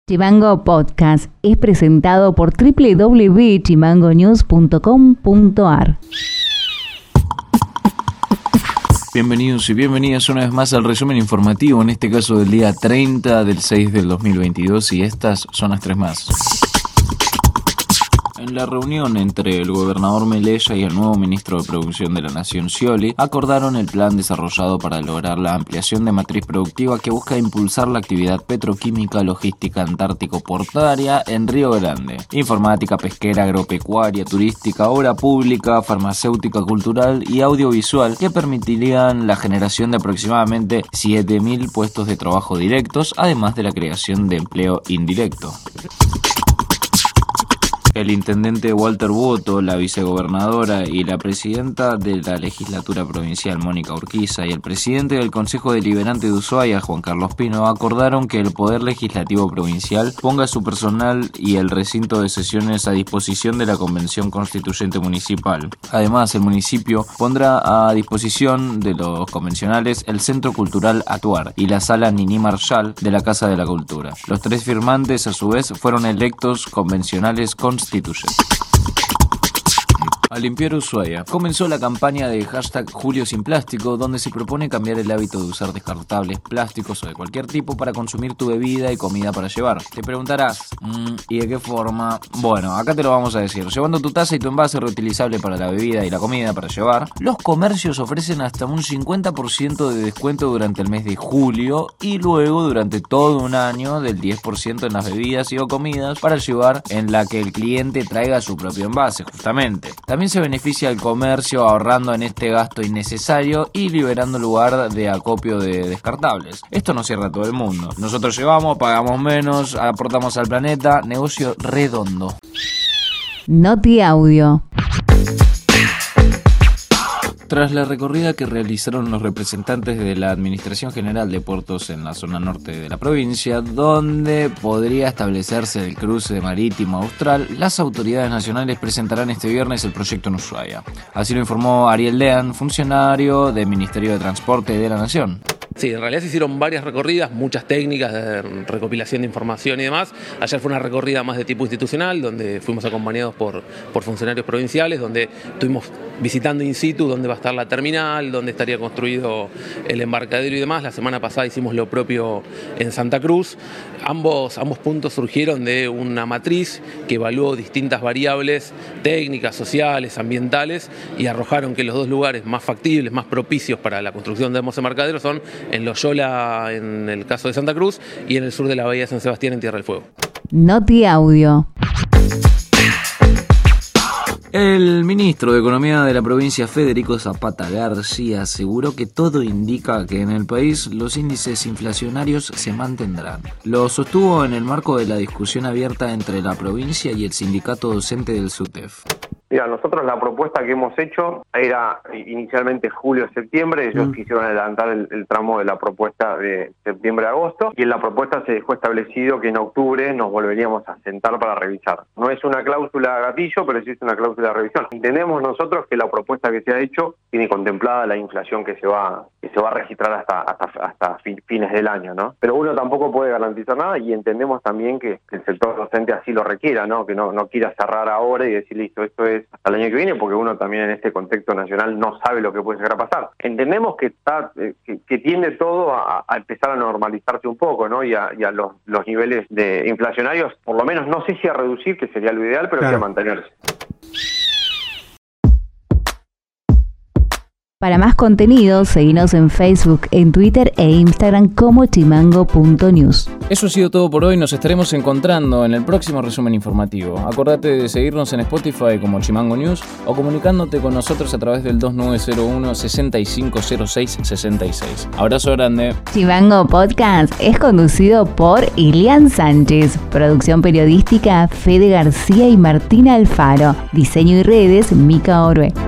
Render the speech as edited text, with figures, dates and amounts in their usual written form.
Chimango Podcast es presentado por www.chimangonews.com.ar. Bienvenidos y bienvenidas una vez más al resumen informativo, en este caso del día 30 del 6 del 2022, y estas son las tres más. En la reunión entre el gobernador Melella y el nuevo ministro de Producción de la Nación, Scioli, acordaron el plan desarrollado para lograr la ampliación de matriz productiva que busca impulsar la actividad petroquímica, logística, antártico-portuaria en Río Grande, informática, pesquera, agropecuaria, turística, obra pública, farmacéutica, cultural y audiovisual, que permitirían la generación de aproximadamente 7.000 puestos de trabajo directos, además de la creación de empleo indirecto. El intendente Walter Boto, la vicegobernadora y la presidenta de la legislatura provincial, Mónica Urquiza, y el presidente del Consejo Deliberante de Ushuaia, Juan Carlos Pino, acordaron que el Poder Legislativo Provincial ponga su personal y el recinto de sesiones a disposición de la Convención Constituyente Municipal. Además, el municipio pondrá a disposición de los convencionales el Centro Cultural Atuar y la Sala Nini Marshall de la Casa de la Cultura. Los tres firmantes, a su vez, fueron electos convencionales constituyentes. A limpiar Ushuaia. Comenzó la campaña de hashtag Julio Sin Plástico, donde se propone cambiar el hábito de usar descartables plásticos o de cualquier tipo para consumir tu bebida y comida para llevar. Te preguntarás, ¿y de qué forma? Bueno, acá te lo vamos a decir. Llevando tu taza y tu envase reutilizable para la bebida y la comida para llevar, los comercios ofrecen hasta un 50% de descuento durante el mes de julio y luego durante todo un año del 10% en las bebidas y o comidas para llevar, en la que el cliente traiga su propio envase, justamente. También se beneficia al comercio ahorrando en este gasto innecesario y liberando lugar de acopio de descartables. Esto no cierra a todo el mundo. Nosotros llevamos, pagamos menos, aportamos al planeta, negocio redondo. Noti Audio. Tras la recorrida que realizaron los representantes de la Administración General de Puertos en la zona norte de la provincia, donde podría establecerse el cruce marítimo austral, las autoridades nacionales presentarán este viernes el proyecto en Ushuaia. Así lo informó Ariel Dean, funcionario del Ministerio de Transporte de la Nación. Sí, en realidad se hicieron varias recorridas, muchas técnicas de recopilación de información y demás. Ayer fue una recorrida más de tipo institucional, donde fuimos acompañados por funcionarios provinciales, donde estuvimos visitando in situ dónde va a estar la terminal, dónde estaría construido el embarcadero y demás. La semana pasada hicimos lo propio en Santa Cruz. Ambos puntos surgieron de una matriz que evaluó distintas variables técnicas, sociales, ambientales, y arrojaron que los dos lugares más factibles, más propicios para la construcción de ambos embarcaderos son en Loyola, en el caso de Santa Cruz, y en el sur de la Bahía de San Sebastián, en Tierra del Fuego. Noti Audio. El ministro de Economía de la provincia, Federico Zapata García, aseguró que todo indica que en el país los índices inflacionarios se mantendrán. Lo sostuvo en el marco de la discusión abierta entre la provincia y el sindicato docente del SUTEF. Mira, nosotros la propuesta que hemos hecho era inicialmente julio-septiembre. Ellos quisieron adelantar el tramo de la propuesta de septiembre-agosto, y en la propuesta se dejó establecido que en octubre nos volveríamos a sentar para revisar. No es una cláusula gatillo, pero sí es una cláusula de revisión. Entendemos nosotros que la propuesta que se ha hecho tiene contemplada la inflación que se va a registrar hasta fines del año, ¿no? Pero uno tampoco puede garantizar nada, y entendemos también que el sector docente así lo requiera, ¿no? Que no quiera cerrar ahora y decir, listo, esto es hasta el año que viene, porque uno también en este contexto nacional no sabe lo que puede llegar a pasar. Entendemos que tiende todo a empezar a normalizarse un poco, ¿no? Y a los niveles de inflacionarios, por lo menos, no sé si a reducir, que sería lo ideal, pero claro, sí a mantenerse. Para más contenido, seguinos en Facebook, en Twitter e Instagram como chimango.news. Eso ha sido todo por hoy. Nos estaremos encontrando en el próximo resumen informativo. Acordate de seguirnos en Spotify como Chimango News o comunicándote con nosotros a través del 2901-6506-66. Abrazo grande. Chimango Podcast es conducido por Ilian Sánchez. Producción periodística Fede García y Martina Alfaro. Diseño y redes Mica Orue.